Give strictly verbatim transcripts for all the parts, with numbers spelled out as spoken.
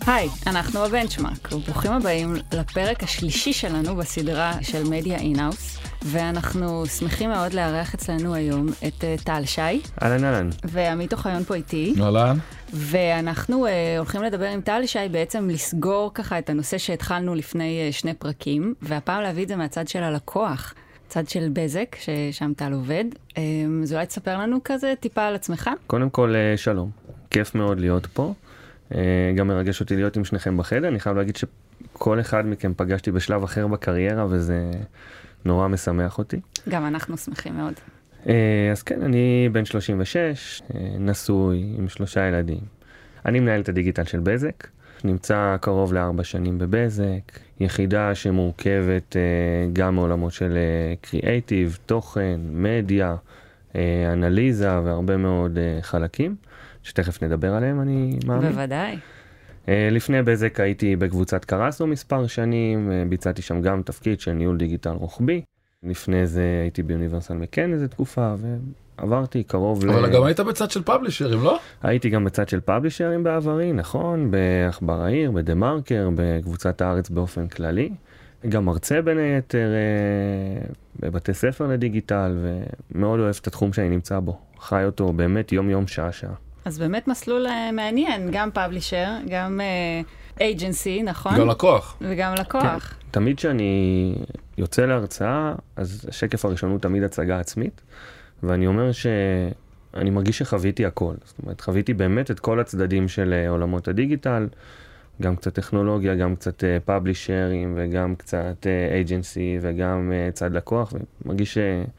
היי, אנחנו הבנצ'מארק, וברוכים הבאים לפרק השלישי שלנו בסדרה של מדיה אינהאוס, ואנחנו שמחים מאוד לארח אצלנו היום את טל שי. אהלן אהלן. ועמית אוחיון פה איתי. אהלן. ואנחנו uh, הולכים לדבר עם טל שי, בעצם לסגור ככה את הנושא שהתחלנו לפני uh, שני פרקים, והפעם להביא את זה מהצד של הלקוח, צד של בזק, ששם טל עובד. Um, אז אולי תספר לנו כזה טיפה על עצמך? קודם כל, שלום. כיף מאוד להיות פה. גם מרגש אותי להיות עם שניכם בחדר. אני חייב להגיד שכל אחד מכם פגשתי בשלב אחר בקריירה, וזה נורא משמח אותי. גם אנחנו שמחים מאוד. אז כן, אני בן שלושים ושש, נשוי עם שלושה ילדים. אני מנהל את הדיגיטל של בזק, נמצא קרוב לארבע שנים בבזק, יחידה שמורכבת גם מעולמות של קריאייטיב, תוכן, מדיה, אנליזה והרבה מאוד חלקים. שתכף נדבר עליהם, אני מאמין. בוודאי. Uh, לפני בזק הייתי בקבוצת קרסו מספר שנים, uh, ביצעתי שם גם תפקיד של ניהול דיגיטל רוחבי. לפני זה הייתי באוניברסל מקן איזה תקופה, ועברתי קרוב אבל ל... אבל גם היית בצד של פאבלישרים, לא? הייתי גם בצד של פאבלישרים בעברי, נכון, באחבר העיר, בדה מרקר, בקבוצת הארץ באופן כללי. גם מרצה בין היתר uh, בבתי ספר לדיגיטל, ומאוד אוהב את התחום שאני נמצא בו. חי אותו באמת יום יום שעה שעה. אז באמת מסלול מעניין, גם פאבלישר, גם אייג'נסי, נכון? גם לקוח. וגם לקוח. כן. תמיד שאני יוצא להרצאה, אז השקף הראשון הוא תמיד הצגה עצמית, ואני אומר שאני מרגיש שחוויתי הכל. זאת אומרת, חוויתי באמת את כל הצדדים של עולמות הדיגיטל, גם קצת טכנולוגיה, גם קצת פאבלישרים, וגם קצת אייג'נסי, וגם צד לקוח, ומרגיש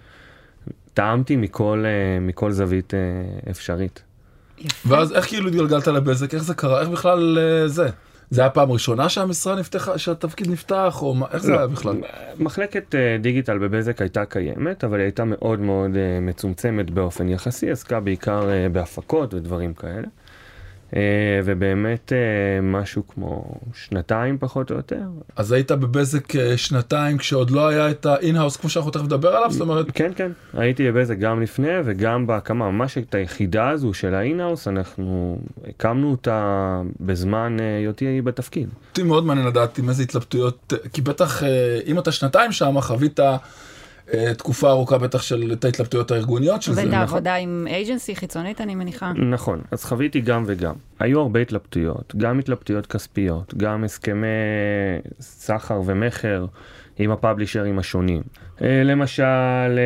שטעמתי מכל, מכל זווית אפשרית. יפה. ואז איך כאילו התגלגלת לבזק? איך זה קרה? איך בכלל זה? זה היה פעם ראשונה שהמשרה נפתחה, שהתפקיד נפתח, או מה, איך זה היה בכלל? מחלקת דיגיטל בבזק הייתה קיימת, אבל היא הייתה מאוד מאוד מצומצמת באופן יחסי, עסקה בעיקר בהפקות ודברים כאלה. ובאמת משהו כמו שנתיים פחות או יותר. אז היית בבזק שנתיים כשעוד לא היה את האין-האוס כמו שאנחנו תכף נדבר עליו? זאת אומרת... כן, כן. הייתי בבזק גם לפני וגם בהקמה. ממש את היחידה הזו של האין-האוס, אנחנו הקמנו אותה בזמן היותי בתפקיד. אותי מאוד מעניין לדעת עם איזה התלבטויות, כי בטח אם אתה שנתיים שם חווית תקופה ארוכה בטח של את ההתלבטויות הארגוניות של זה. ואת העבודה עם אייג'נסי חיצונית, אני מניחה. נכון, אז חוויתי גם וגם. היו הרבה התלבטויות, גם התלבטויות כספיות, גם הסכמי סחר ומחר עם הפאבלישרים השונים. למשל,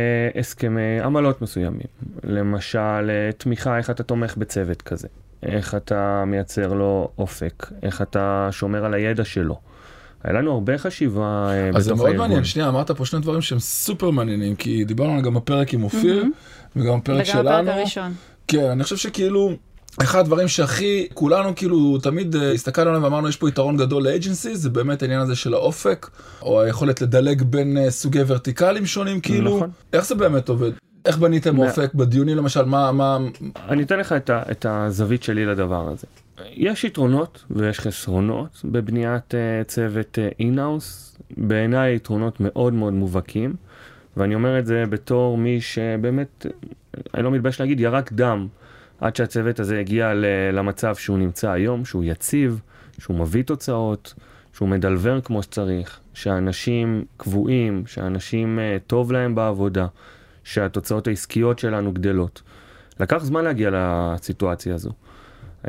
הסכמי עמלות מסוימים. למשל, תמיכה, איך אתה תומך בצוות כזה. איך אתה מייצר לו אופק. איך אתה שומר על הידע שלו. היה לנו הרבה חשיבה בתוך הארגון. אז זה מאוד מעניין, שנייה, אמרת פה שני דברים שהם סופר מעניינים, כי דיברנו גם בפרק עם אופיר, וגם בפרק שלנו. וגם בפרק הראשון. כן, אני חושב שכאילו, אחד הדברים שהכי, כולנו כאילו תמיד הסתכלנו עליהם ואמרנו, יש פה יתרון גדול לאג'נסי, זה באמת העניין הזה של האופק, או היכולת לדלג בין סוגי ורטיקלים שונים, כאילו. נכון. איך זה באמת עובד? איך בניתם אופק בדיונים למשל? מה, מה... אני אתן לך את, ה, את הזווית שלי לדבר הזה. יש יתרונות ויש חסרונות בבניית uh, צוות אין-האוס. Uh, בעיניי יתרונות מאוד מאוד מובהקים, ואני אומר את זה בתור מי שבאמת, אני לא מתבייש להגיד, ירק דם עד שהצוות הזה הגיע ל- למצב שהוא נמצא היום, שהוא יציב, שהוא מביא תוצאות, שהוא מדלבר כמו שצריך, שאנשים קבועים, שאנשים uh, טוב להם בעבודה, שהתוצאות העסקיות שלנו גדלות. לקח זמן להגיע לסיטואציה הזו. Uh,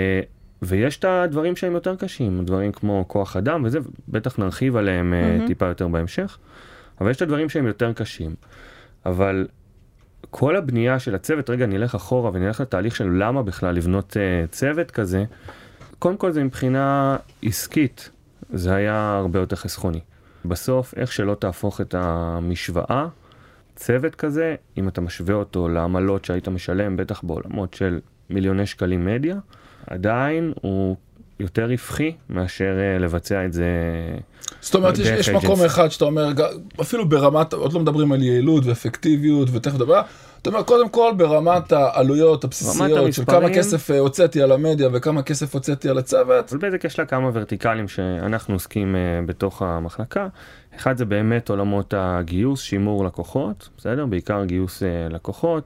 ויש את הדברים שהם יותר קשים, דברים כמו כוח אדם וזה, בטח נרחיב עליהם mm-hmm. uh, טיפה יותר בהמשך, אבל יש את הדברים שהם יותר קשים. אבל כל הבנייה של הצוות, רגע נלך אחורה ונלך לתהליך של למה בכלל לבנות uh, צוות כזה, קודם כל זה מבחינה עסקית, זה היה הרבה יותר חסכוני. בסוף, איך שלא תהפוך את המשוואה, צוות כזה, אם אתה משווה אותו לעמלות שהיית משלם, בטח בעולמות של מיליוני שקלים מדיה, עדיין הוא יותר רווחי מאשר לבצע את זה. זאת אומרת, יש, יש מקום אחד שאתה אומר, אפילו ברמת, עוד לא מדברים על יעילות ואפקטיביות ותכף דבר, אתה אומר, קודם כל ברמת העלויות הבסיסיות של כמה כסף הוצאתי על המדיה וכמה כסף הוצאתי על הצוות. אבל בזק יש לה כמה ורטיקלים שאנחנו עוסקים בתוך המחלקה. אחד זה באמת עולמות הגיוס, שימור לקוחות, בסדר? בעיקר גיוס לקוחות.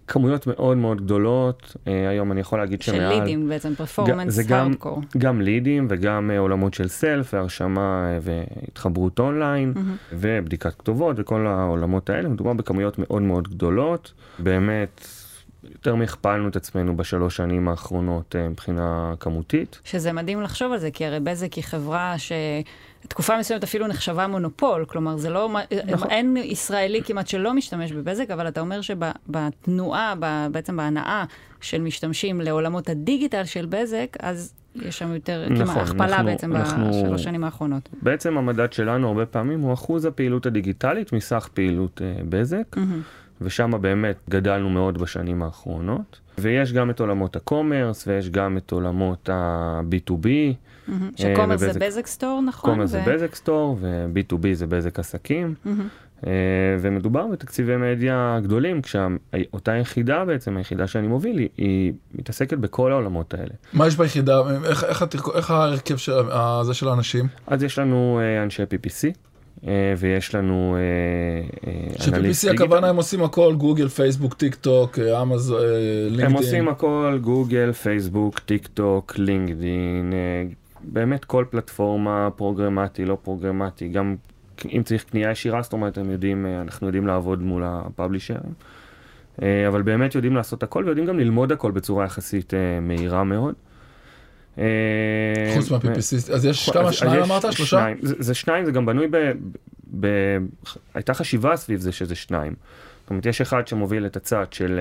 כמויות מאוד מאוד גדולות, היום אני יכול להגיד שמעל... של לידים בעצם, פרפורמנס, זה גם, הארדקור. גם לידים וגם עולמות של סלף, והרשמה והתחברות אונליין, mm-hmm. ובדיקת כתובות וכל העולמות האלה, מדובר בכמויות מאוד מאוד גדולות, באמת יותר מהכפלנו את עצמנו בשלוש שנים האחרונות מבחינה כמותית. שזה מדהים לחשוב על זה, כי הרי בזק היא חברה שתקופה מסוימת אפילו נחשבה מונופול, כלומר זה לא, נכון. אין ישראלי כמעט שלא משתמש בבזק, אבל אתה אומר שבתנועה, בעצם בהנאה של משתמשים לעולמות הדיגיטל של בזק, אז יש שם יותר, נכון, כמעט הכפלה אנחנו, בעצם אנחנו, בשלוש שנים האחרונות. בעצם המדד שלנו הרבה פעמים הוא אחוז הפעילות הדיגיטלית מסך פעילות uh, בזק, mm-hmm. ושם באמת גדלנו מאוד בשנים האחרונות. ויש גם את עולמות הקומרס, ויש גם את עולמות ה-בי טו בי. Mm-hmm. שקומרס זה בזק סטור, נכון? קומרס ו... זה בזק סטור, ו-בי טו בי זה בזק עסקים. Mm-hmm. ומדובר בתקציבי מדיה גדולים, כשאותה יחידה בעצם, היחידה שאני מוביל, היא, היא מתעסקת בכל העולמות האלה. מה יש ביחידה? איך, איך, איך ההרכב של, הזה של האנשים? אז יש לנו אנשי פי פי סי. ויש לנו אנליסט דיגיטל. ש-פי פי סי הכוונה הם עושים הכל, גוגל, פייסבוק, טיק טוק, אמזון, לינקדין. הם עושים הכל, גוגל, פייסבוק, טיק טוק, לינקדין, באמת כל פלטפורמה פרוגרמטי, לא פרוגרמטי, גם אם צריך קנייה ישירה, זאת אומרת, הם יודעים, אנחנו יודעים לעבוד מול הפאבלישרים, אבל באמת יודעים לעשות הכל, ויודעים גם ללמוד הכל בצורה יחסית מהירה מאוד. חוץ מה-פי פי סי, אז יש כמה, שניים אמרת? שלושה? זה שניים, זה גם בנוי ב... הייתה חשיבה סביב זה שזה שניים. זאת אומרת, יש אחד שמוביל את הצד של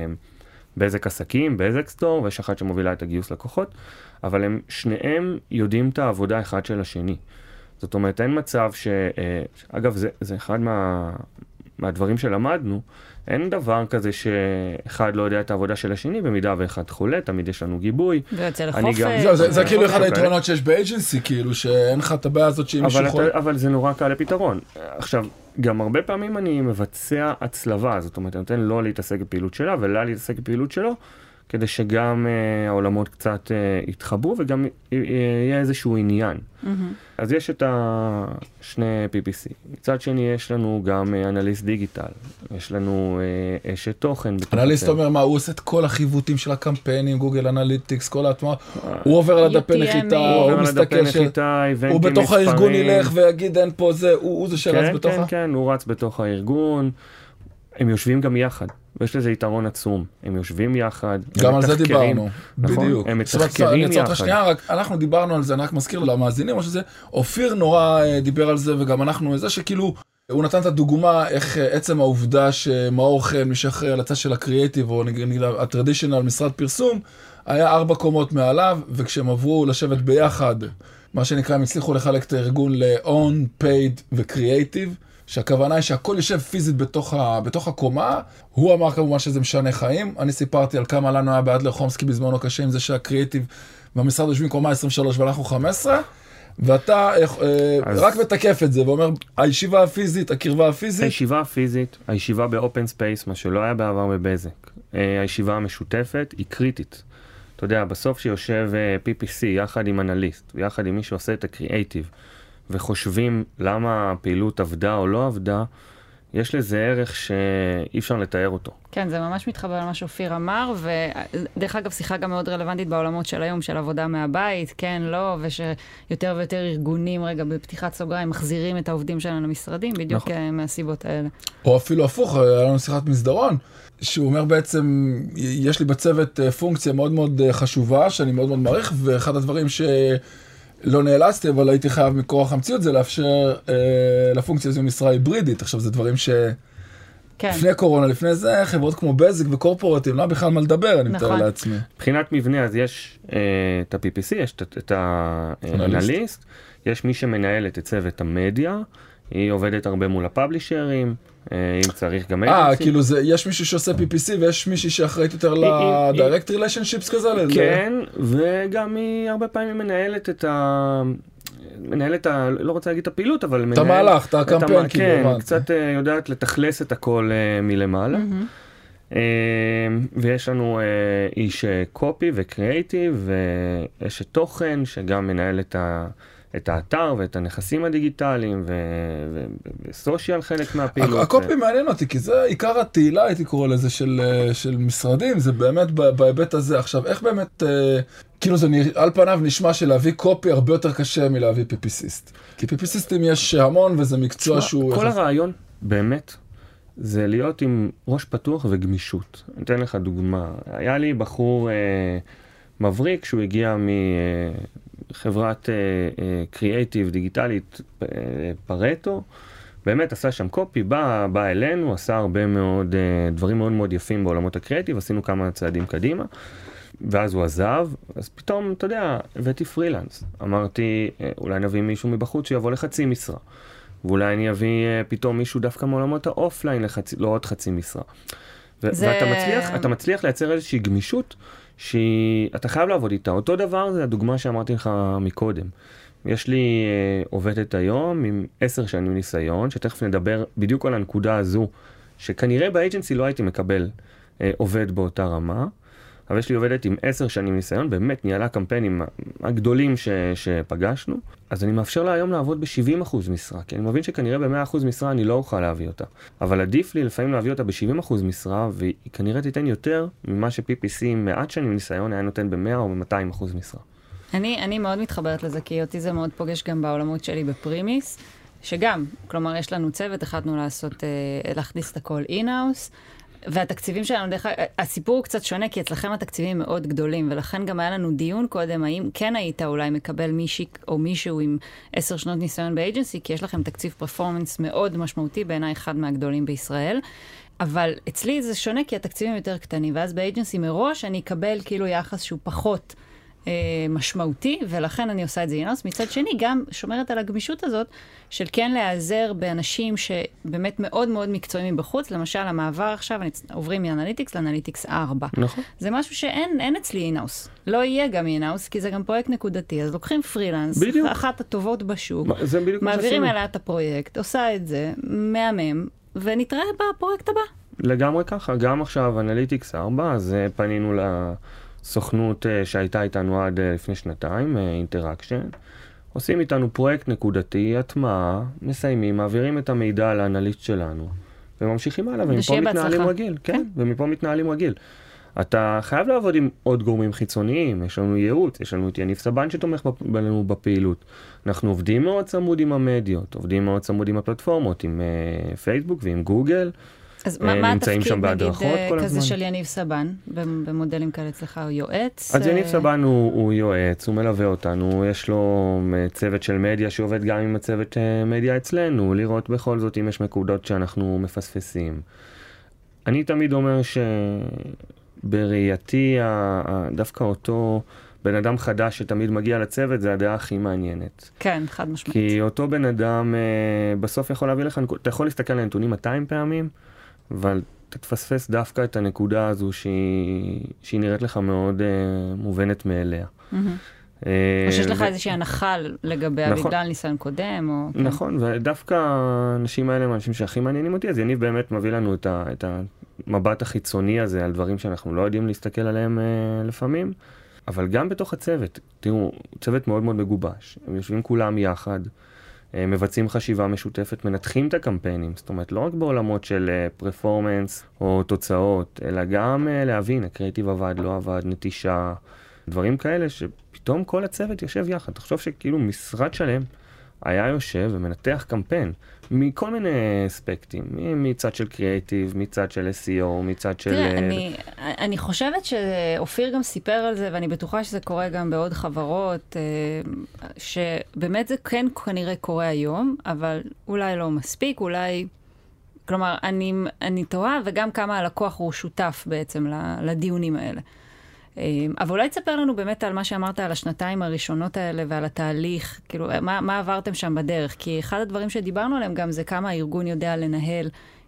בזק עסקים, בזק סטור, ויש אחד שמובילה את הגיוס לקוחות, אבל הם שניהם יודעים את העבודה אחד של השני. זאת אומרת, אין מצב ש... אגב, זה, זה אחד מה, מהדברים שלמדנו, אין דבר כזה שאחד לא יודע את העבודה של השני, במידה ואחד חולה, תמיד יש לנו גיבוי. ויוצא לחופש. זה, זה, זה כאילו אחד היתרונות שיש באג'נסי, כאילו שאין לך את הבעיה הזאת שאם מישהו חולה. אבל זה נורא קל לפתרון. עכשיו, גם הרבה פעמים אני מבצע הצלבה, זאת אומרת, אני נותן לא להתעסק בפעילות שלה, ולא להתעסק בפעילות שלו, כדי שגם uh, העולמות קצת uh, יתחברו, וגם uh, יהיה איזשהו עניין. Mm-hmm. אז יש את השני פי פי סי. מצד שני, יש לנו גם uh, אנליסט דיגיטל. יש לנו uh, אשת תוכן. אנליסט אומר מה, הוא עושה את כל החיווטים של הקמפיינים, גוגל אנליטיקס, כל ההטמעה. הוא עובר על הדפי נחיתה, הוא מסתכל של... הוא בתוך הארגון ילך ויגיד אין פה זה, הוא זה שרץ בתוכה. כן, כן, הוא רץ בתוך הארגון. הם יושבים גם יחד. ויש לזה יתרון עצום. הם יושבים יחד. גם על זה דיברנו. נכון? בדיוק. הם מתחקרים יחד. שנייה, רק, אנחנו דיברנו על זה, אני רק מזכיר למאזינים, או שזה, אופיר נורא דיבר על זה, וגם אנחנו, זה שכאילו, הוא נתן את הדוגמה, איך עצם העובדה שמאור חן, מי שאחראי על הצד של הקריאטיב, או נגיד הטרדישיונל משרד פרסום, היה ארבע קומות מעליו, וכשהם עברו לשבת ביחד, מה שנקרא, הם הצליחו לחלק את הארגון ל-on, paid ו-creative, שהכוונה היא שהכל יושב פיזית בתוך, ה, בתוך הקומה. הוא אמר כמובן שזה משנה חיים. אני סיפרתי על כמה לנו היה באדלר חומסקי בזמנו קשה עם זה שהקריאטיב והמשרד יושבים קומה עשרים ושלוש ואנחנו חמש עשרה, ואתה אז... רק מתקף את זה ואומר, הישיבה הפיזית, הקרבה הפיזית. הישיבה הפיזית, הישיבה באופן ספייס, מה שלא היה בעבר בבזק. הישיבה המשותפת היא קריטית. אתה יודע, בסוף שיושב פי פי סי יחד עם אנליסט, ויחד עם מי שעושה את הקריאטיב, וחושבים למה הפעילות עבדה או לא עבדה, יש לזה ערך שאי אפשר לתאר אותו. כן, זה ממש מתחבר למה שאופיר אמר, ודרך אגב, שיחה גם מאוד רלוונטית בעולמות של היום, של עבודה מהבית, כן, לא, ושיותר ויותר ארגונים, רגע, בפתיחת סוגריים, מחזירים את העובדים שלנו למשרדים, בדיוק מהסיבות האלה. או אפילו הפוך, היה לנו שיחת מסדרון, שהוא אומר בעצם, יש לי בצוות פונקציה מאוד מאוד חשובה, שאני מאוד מאוד מעריך, ואחד הדברים ש... לא נאלצתי, אבל הייתי חייב מכורח המציאות, זה לאפשר אה, לפונקציה הזו משרה היברידית. עכשיו, זה דברים ש... כן. לפני קורונה, לפני זה, חברות כמו בזק וקורפורטים, לא בכלל מה לדבר, אני מתאר לעצמי. מבחינת מבנה, אז יש אה, את ה-פי פי סי, יש את, את האנליסט, יש מי שמנהלת את צוות המדיה, היא עובדת הרבה מול הפאבלישרים, אם צריך גם אג'נסי. אה, כאילו זה, יש מישהו שעושה פי פי סי ויש מישהי שאחראית יותר ל-direct relationships כזה? כן, וגם היא הרבה פעמים מנהלת את ה... מנהלת, לא רוצה להגיד את הפעילות, אבל מנהלת... את המהלך, את הקמפיין, כאילו. כן, קצת יודעת לתכלס את הכל מלמעלה. ויש לנו איש קופי וקריאייטיב, ואיש תוכן שגם מנהל את את האתר ואת הנכסים הדיגיטליים וסושיאל חלק מהפעילות. הקופי מעניין אותי, כי זה עיקר התהילה, הייתי קורא לזה, של משרדים, זה באמת בהיבט הזה. עכשיו, איך באמת, כאילו זה על פניו נשמע שלהביא קופי הרבה יותר קשה מלהביא פיפיסיסט. כי פיפיסיסטים יש המון וזה מקצוע שהוא... כל הרעיון, באמת, זה להיות עם ראש פתוח וגמישות. אני אתן לך דוגמה. היה לי בחור מבריק שהוא הגיע מ... חברת קריאייטיב דיגיטלית פרטו, באמת עשה שם קופי, בא, בא אלינו, עשה הרבה מאוד דברים מאוד מאוד יפים בעולמות הקריאייטיב, עשינו כמה צעדים קדימה, ואז הוא עזב, אז פתאום, אתה יודע, הבאתי פרילנס. אמרתי, אולי נביא מישהו מבחוץ שיבוא לחצי משרה, ואולי אני אביא פתאום מישהו דווקא מעולמות האופליין לחצי, לא עוד חצי משרה. ו- זה... ואתה מצליח, אתה מצליח לייצר איזושהי גמישות, שאתה חייב לעבוד איתה. אותו דבר זה הדוגמה שאמרתי לך מקודם. יש לי אה, עובדת היום עם עשר שנים ניסיון, שתכף נדבר בדיוק על הנקודה הזו, שכנראה באג'נסי לא הייתי מקבל אה, עובד באותה רמה, אבל יש לי עובדת עם עשר שנים ניסיון, באמת ניהלה קמפיינים הגדולים ש, שפגשנו, אז אני מאפשר לה היום לעבוד ב-שבעים אחוז משרה, כי אני מבין שכנראה ב-מאה אחוז משרה אני לא אוכל להביא אותה. אבל עדיף לי לפעמים להביא אותה ב-שבעים אחוז משרה, והיא כנראה תיתן יותר ממה ש-פי פי סי עם מעט שנים ניסיון היה נותן ב-מאה או ב-מאתיים אחוז משרה. אני, אני מאוד מתחברת לזה, כי אותי זה מאוד פוגש גם בעולמות שלי בפרימיס, שגם, כלומר, יש לנו צוות, החלטנו לעשות, להכניס את הכל אין-האוס, והתקציבים שלנו, דרך אגב, הסיפור הוא קצת שונה, כי אצלכם התקציבים מאוד גדולים, ולכן גם היה לנו דיון קודם, האם כן היית אולי מקבל מישהי או מישהו עם עשר שנות ניסיון באג'נסי, כי יש לכם תקציב פרפורמנס מאוד משמעותי, בעיניי אחד מהגדולים בישראל, אבל אצלי זה שונה, כי התקציבים יותר קטנים, ואז באג'נסי מראש אני אקבל כאילו יחס שהוא פחות אה, משמעותי, ולכן אני עושה את זה אינוס. מצד שני, גם שומרת על הגמישות הזאת, של כן להיעזר באנשים שבאמת מאוד מאוד מקצועיים בחוץ, למשל, המעבר עכשיו, עוברים מאנליטיקס לאנליטיקס ארבע. נכון. זה משהו שאין אין אצלי אינאוס. לא יהיה גם אינאוס, כי זה גם פרויקט נקודתי. אז לוקחים פרילנס, בדיוק. אחת הטובות בשוק, זה בדיוק מעבירים אליה את הפרויקט, עושה את זה, מהמם, ונתראה בפרויקט הבא. לגמרי ככה. גם עכשיו אנליטיקס ארבע, אז פנינו לסוכנות שהייתה איתנו עד לפני שנתיים, אינטראקשן. עושים איתנו פרויקט נקודתי, הטמעה, מסיימים, מעבירים את המידע לאנליסט שלנו, וממשיכים הלאה, ומפה מתנהלים רגיל. כן, כן, ומפה מתנהלים רגיל. אתה חייב לעבוד עם עוד גורמים חיצוניים, יש לנו ייעוץ, יש לנו את יניב סבן שתומך בנו בפעילות. אנחנו עובדים מאוד צמוד עם המדיות, עובדים מאוד צמוד עם הפלטפורמות, עם uh, פייסבוק ועם גוגל. אז מה, מה התפקיד, נגיד, כזה של יניב סבן, במודלים כאלה אצלך, הוא יועץ? אז יניב סבן הוא, הוא יועץ, הוא מלווה אותנו, יש לו צוות של מדיה שעובד גם עם הצוות מדיה אצלנו, לראות בכל זאת אם יש נקודות שאנחנו מפספסים. אני תמיד אומר שבראייתי, דווקא אותו בן אדם חדש שתמיד מגיע לצוות, זה הדעה הכי מעניינת. כן, חד משמעית. כי אותו בן אדם בסוף יכול להביא לך, אתה יכול להסתכל על הנתונים מאתיים פעמים, אבל תתפספס דווקא את הנקודה הזו שהיא, שהיא נראית לך מאוד uh, מובנת מאליה. Mm-hmm. Uh, או שיש לך ו... איזושהי הנחה לגביה, נכון. בגלל ניסיון קודם, או... נכון, כן. ודווקא האנשים האלה הם האנשים שהכי מעניינים אותי, אז יניב באמת מביא לנו את, ה, את המבט החיצוני הזה על דברים שאנחנו לא יודעים להסתכל עליהם uh, לפעמים, אבל גם בתוך הצוות, תראו, צוות מאוד מאוד מגובש, הם יושבים כולם יחד, מבצעים חשיבה משותפת, מנתחים את הקמפיינים, זאת אומרת, לא רק בעולמות של פרפורמנס או תוצאות, אלא גם להבין, הקריאיטיב עבד, לא עבד, נטישה, דברים כאלה שפתאום כל הצוות יושב יחד. תחשוב שכאילו משרד שלם היה יושב ומנתח קמפיין מכל מיני אספקטים, מצד של קריאיטיב, מצד של אס אי או, מצד של... תראה, אני, אני חושבת שאופיר גם סיפר על זה, ואני בטוחה שזה קורה גם בעוד חברות, שבאמת זה כן כנראה קורה היום, אבל אולי לא מספיק, אולי... כלומר, אני, אני תוהה, וגם כמה הלקוח הוא שותף בעצם לדיונים האלה. אבל אולי תספר לנו באמת על מה שאמרת על השנתיים הראשונות האלה ועל התהליך, כאילו, מה, מה עברתם שם בדרך? כי אחד הדברים שדיברנו עליהם גם זה כמה הארגון יודע לנהל,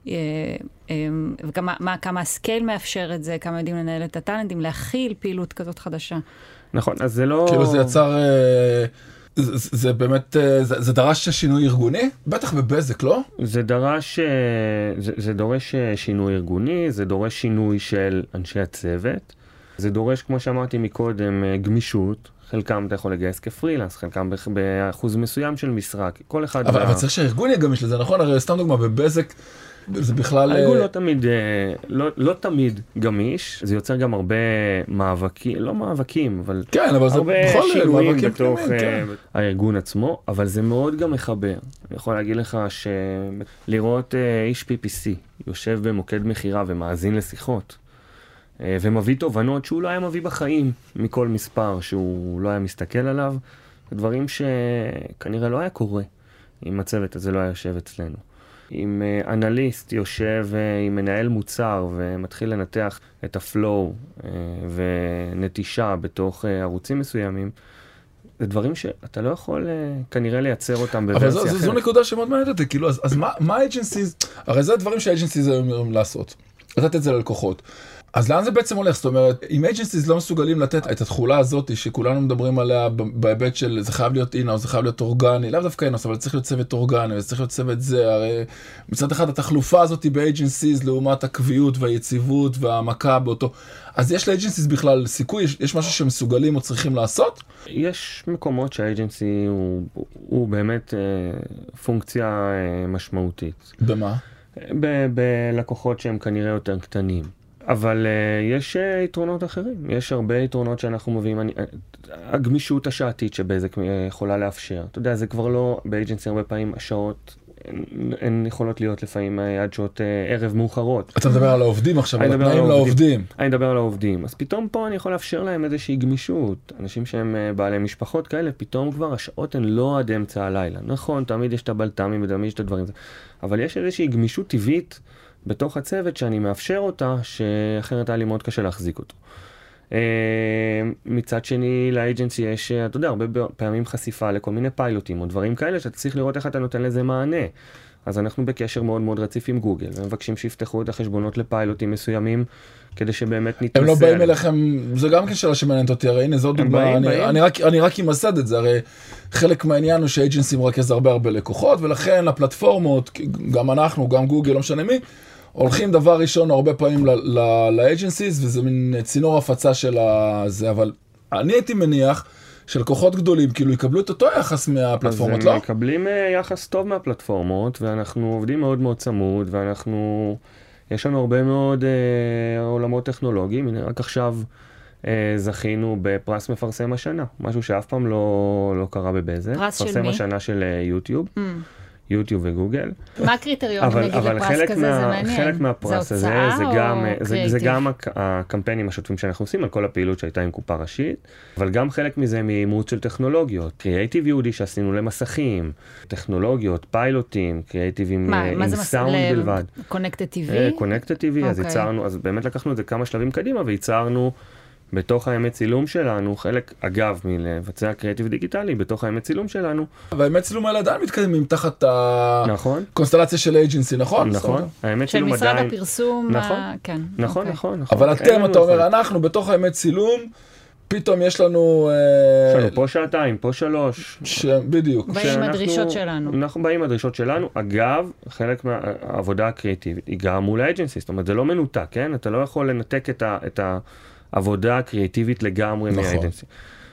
וכמה מה, כמה הסקייל מאפשר את זה, כמה יודעים לנהל את הטלנטים, להכיל פעילות כזאת חדשה. נכון, אז זה לא... כאילו זה יצר... זה, זה באמת, זה, זה דרש שינוי ארגוני? בטח בבזק, לא? זה דרש, זה, זה דורש שינוי ארגוני, זה דורש שינוי של אנשי הצוות. זה דורש, כמו שאמרתי מקודם, גמישות. חלקם אתה יכול לגייס כפרילנס, חלקם באחוז מסוים של משרה, כל אחד... אבל, וה... אבל צריך שהארגון יהיה גמיש לזה, נכון? הרי סתם דוגמה, בבזק זה בכלל... הארגון לא תמיד, לא, לא תמיד גמיש, זה יוצר גם הרבה מאבקים, לא מאבקים, אבל... כן, אבל זה הרבה שינויים בתוך פנימיים, כן. הארגון עצמו, אבל זה מאוד גם מחבר. אני יכול להגיד לך שלראות איש פי פי סי יושב במוקד מחירה ומאזין לשיחות, ומביא תובנות שהוא לא היה מביא בחיים מכל מספר שהוא לא היה מסתכל עליו, דברים שכנראה לא היה קורה אם הצוות הזה לא היה יושב אצלנו. אם אנליסט יושב עם מנהל מוצר ומתחיל לנתח את הפלואו ונטישה בתוך ערוצים מסוימים, זה דברים שאתה לא יכול כנראה לייצר אותם בוורסיה אחרת. אבל זו, זו נקודה שמאוד מעניינת אותי, כאילו, אז, אז מה, מה האג'נסיז, הרי זה הדברים שהאג'נסיז היום לעשות, לתת את זה ללקוחות. אז לאן זה בעצם הולך? זאת אומרת, אם agencies לא מסוגלים לתת את התחולה הזאת שכולנו מדברים עליה בהיבט של זה חייב להיות אינאוס, זה חייב להיות אורגני, לאו דווקא אינאוס, אבל צריך להיות צוות אורגני, זה צריך להיות צוות זה, הרי מצד אחד התחלופה הזאת ב-agencies לעומת הקביעות והיציבות והעמקה באותו, אז יש ל-agencies בכלל סיכוי, יש, יש משהו שמסוגלים או צריכים לעשות? יש מקומות שה-agency הוא, הוא באמת אה, פונקציה אה, משמעותית. במה? ב- בלקוחות שהם כנראה יותר קטנים. אבל uh, יש uh, יתרונות אחרים, יש הרבה יתרונות שאנחנו מביאים, אני, uh, הגמישות השעתית שבזק uh, יכולה לאפשר, אתה יודע, זה כבר לא, באג'נסי הרבה פעמים השעות, הן, הן יכולות להיות לפעמים uh, עד שעות uh, ערב מאוחרות. אתה מדבר על העובדים עכשיו, על התנאים לעובדים. אני מדבר על העובדים, אז פתאום פה אני יכול לאפשר להם איזושהי גמישות, אנשים שהם uh, בעלי משפחות כאלה, פתאום כבר השעות הן לא עד אמצע הלילה, נכון, תמיד יש את הבלת"מים ותמיד יש את הדברים, אבל יש איזושהי גמישות טבעית, בתוך הצוות שאני מאפשר אותה, שאחרת היה לי מאוד קשה להחזיק אותו. מצד שני, לאג'נסי יש, אתה יודע, הרבה פעמים חשיפה לכל מיני פיילוטים או דברים כאלה, שאתה צריך לראות איך אתה נותן לזה מענה. אז אנחנו בקשר מאוד מאוד רציף עם גוגל, ומבקשים שיפתחו את החשבונות לפיילוטים מסוימים, כדי שבאמת נתנסה. הם לא באים אליכם, זה גם כן שאלה שמעניינת אותי, הרי הנה, זו דוגמה, אני, אני רק, אני רק אמסד את זה, הרי חלק מהעניין הוא שאג'נסי מרכז הרבה הרבה לקוחות, ולכן הפלטפורמות, גם אנחנו, גם גוגל, לא משנה מי, הולכים דבר ראשון הרבה פעמים לאג'נסיז, וזה מין צינור הפצה של זה, אבל אני הייתי מניח שלקוחות גדולים כאילו יקבלו את אותו יחס מהפלטפורמות, לא? אז הם מקבלים יחס טוב מהפלטפורמות, ואנחנו עובדים מאוד מאוד צמוד, ואנחנו, יש לנו הרבה מאוד אה, עולמות טכנולוגיים, הנה רק עכשיו אה, זכינו בפרס מפרסם השנה, משהו שאף פעם לא, לא קרה בבזק. פרס של מי? מפרסם השנה של יוטיוב. Mm. יוטיוב וגוגל. מה הקריטריונים נגיד לפרס כזה? זה מעניין. חלק מהפרס הזה, זה גם, זה, זה גם הקמפיינים השוטפים שאנחנו עושים על כל הפעילות שהייתה עם קופה ראשית, אבל גם חלק מזה מאימוץ של טכנולוגיות. קריאייטיב יהודי שעשינו למסכים, טכנולוגיות, פיילוטים, קריאייטיבים עם סאונד בלבד. קונקטד טי וי? קונקטד טי וי, אז ייצרנו, אז באמת לקחנו את זה כמה שלבים קדימה, וייצרנו בתוך האמת צילום שלנו, חלק, אגב, מלבצע קריאטיב דיגיטלי, בתוך האמת צילום שלנו. והאמת צילום האלה עדיין מתקדמים תחת הקונסטלציה של אייג'נסי, נכון? נכון. של משרד הפרסום, כן. נכון, נכון. אבל אתם, אתה אומר, אנחנו בתוך האמת צילום, פתאום יש לנו... יש לנו פה שעתיים, פה שלוש. בדיוק. באים הדרישות שלנו. אנחנו באים הדרישות שלנו. אגב, חלק מהעבודה הקריאטיבית היא גם מול האייג'נסי, זאת אומרת, זה לא מנותק, כן? אתה לא יכול לנתק את ה... עבודה קריאטיבית לגמרי מהאג'נסי.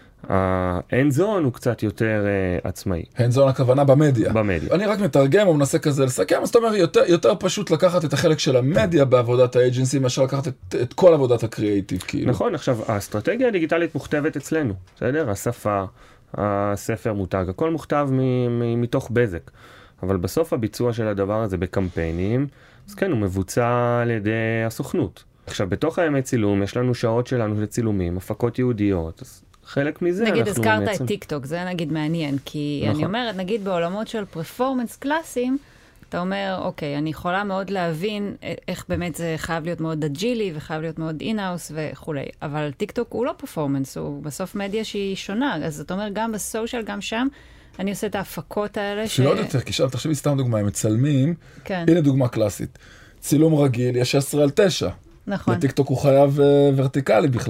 האנד-זון הוא קצת יותר uh, עצמאי. האנד-זון הכוונה במדיה. במדיה. אני רק מתרגם או מנסה כזה לסכם, אז זאת אומרת, יותר, יותר פשוט לקחת את החלק של המדיה בעבודת האג'נסי, מאשר לקחת את, את כל עבודת הקריאטיב, כאילו. נכון, עכשיו, האסטרטגיה הדיגיטלית מוכתבת אצלנו, בסדר? השפה, הספר מותג, הכל מוכתב מ- מ- מתוך בזק. אבל בסוף הביצוע של הדבר הזה בקמפיינים, אז כן, הוא מבוצע על ידי הסוכנות. עכשיו, בתוך האמת צילום, יש לנו שעות שלנו של צילומים, הפקות יהודיות, אז חלק מזה נגיד, אנחנו... נגיד, הזכרת בעצם... את טיקטוק, זה נגיד מעניין, כי נכון. אני אומרת, נגיד בעולמות של פרפורמנס קלאסיים, אתה אומר, אוקיי, אני יכולה מאוד להבין איך באמת זה חייב להיות מאוד אג'ילי, וחייב להיות מאוד אינאוס וכו'. אבל טיקטוק הוא לא פרפורמנס, הוא בסוף מדיה שהיא שונה, אז אתה אומר, גם בסושיאל, גם שם, אני עושה את ההפקות האלה ש... שלא יותר, כי שאל, תחשבי סתם דוגמה, הם מצלמים, כן. הנה דוגמה קלאסית, צילום רגיל, יש עשרה על תשע. נכון. לטיקטוק הוא חייב ורטיקלי בכלל.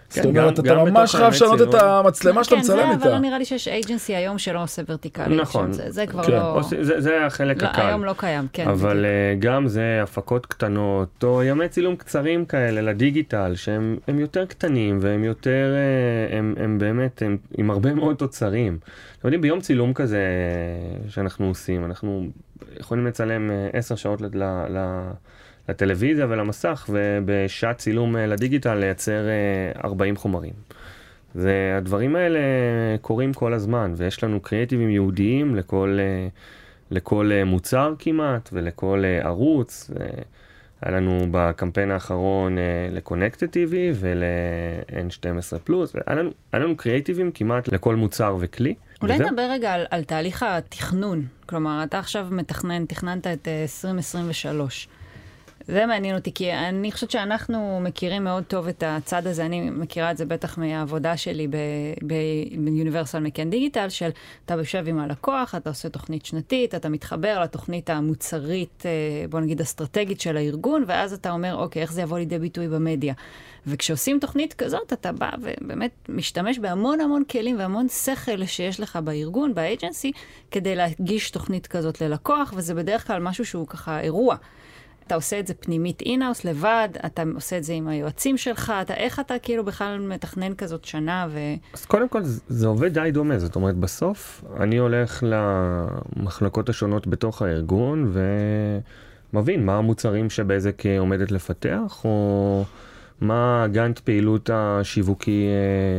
זאת אומרת, אתה ממש חייב לשנות את המצלמה שאתה מצלם איתה. כן, זה, אבל נראה לי שיש אייג'נסי היום שלא עושה ורטיקלי. נכון. זה כבר לא... זה החלק הקל. היום לא קיים, כן. אבל גם זה הפקות קטנות, או ימי צילום קצרים כאלה לדיגיטל, שהם יותר קטנים, והם יותר, הם באמת, הם עם הרבה מאוד תוצרים. אתם יודעים, ביום צילום כזה שאנחנו עושים, אנחנו יכולים לצלם עשר שעות ל... לטלוויזיה ולמסך, ובשעת צילום לדיגיטל לייצר ארבעים חומרים. זה, הדברים האלה קורים כל הזמן, ויש לנו קריאטיבים יהודיים לכל, לכל מוצר כמעט, ולכל ערוץ. היה לנו בקמפיין האחרון ל-Connected טי וי ול-אן שתים עשרה פלוס, והיה לנו, היה לנו קריאטיבים כמעט לכל מוצר וכלי. אולי נדבר רגע על, על תהליך התכנון. כלומר, אתה עכשיו מתכנן, תכננת את עשרים עשרים ושלוש. זה מעניין אותי, כי אני חושבת שאנחנו מכירים מאוד טוב את הצד הזה, אני מכירה את זה בטח מהעבודה שלי ב-Universal Mechanical Digital, של אתה יושב עם הלקוח, אתה עושה תוכנית שנתית, אתה מתחבר לתוכנית המוצרית, בוא נגיד אסטרטגית של הארגון, ואז אתה אומר, אוקיי, איך זה יבוא לידי ביטוי במדיה? וכשעושים תוכנית כזאת, אתה בא ובאמת משתמש בהמון המון כלים והמון שכל שיש לך בארגון, באג'נסי, כדי להגיש תוכנית כזאת ללקוח, וזה בדרך כלל משהו שהוא ככה אירוע. אתה עושה את זה פנימית אינאוס לבד, אתה עושה את זה עם היועצים שלך, אתה, איך אתה כאילו בכלל מתכנן כזאת שנה ו... אז קודם כל זה עובד די דומה, זאת אומרת בסוף אני הולך למחלקות השונות בתוך הארגון ומבין מה המוצרים שבזק עומדת לפתח, או מה גאנט פעילות השיווקי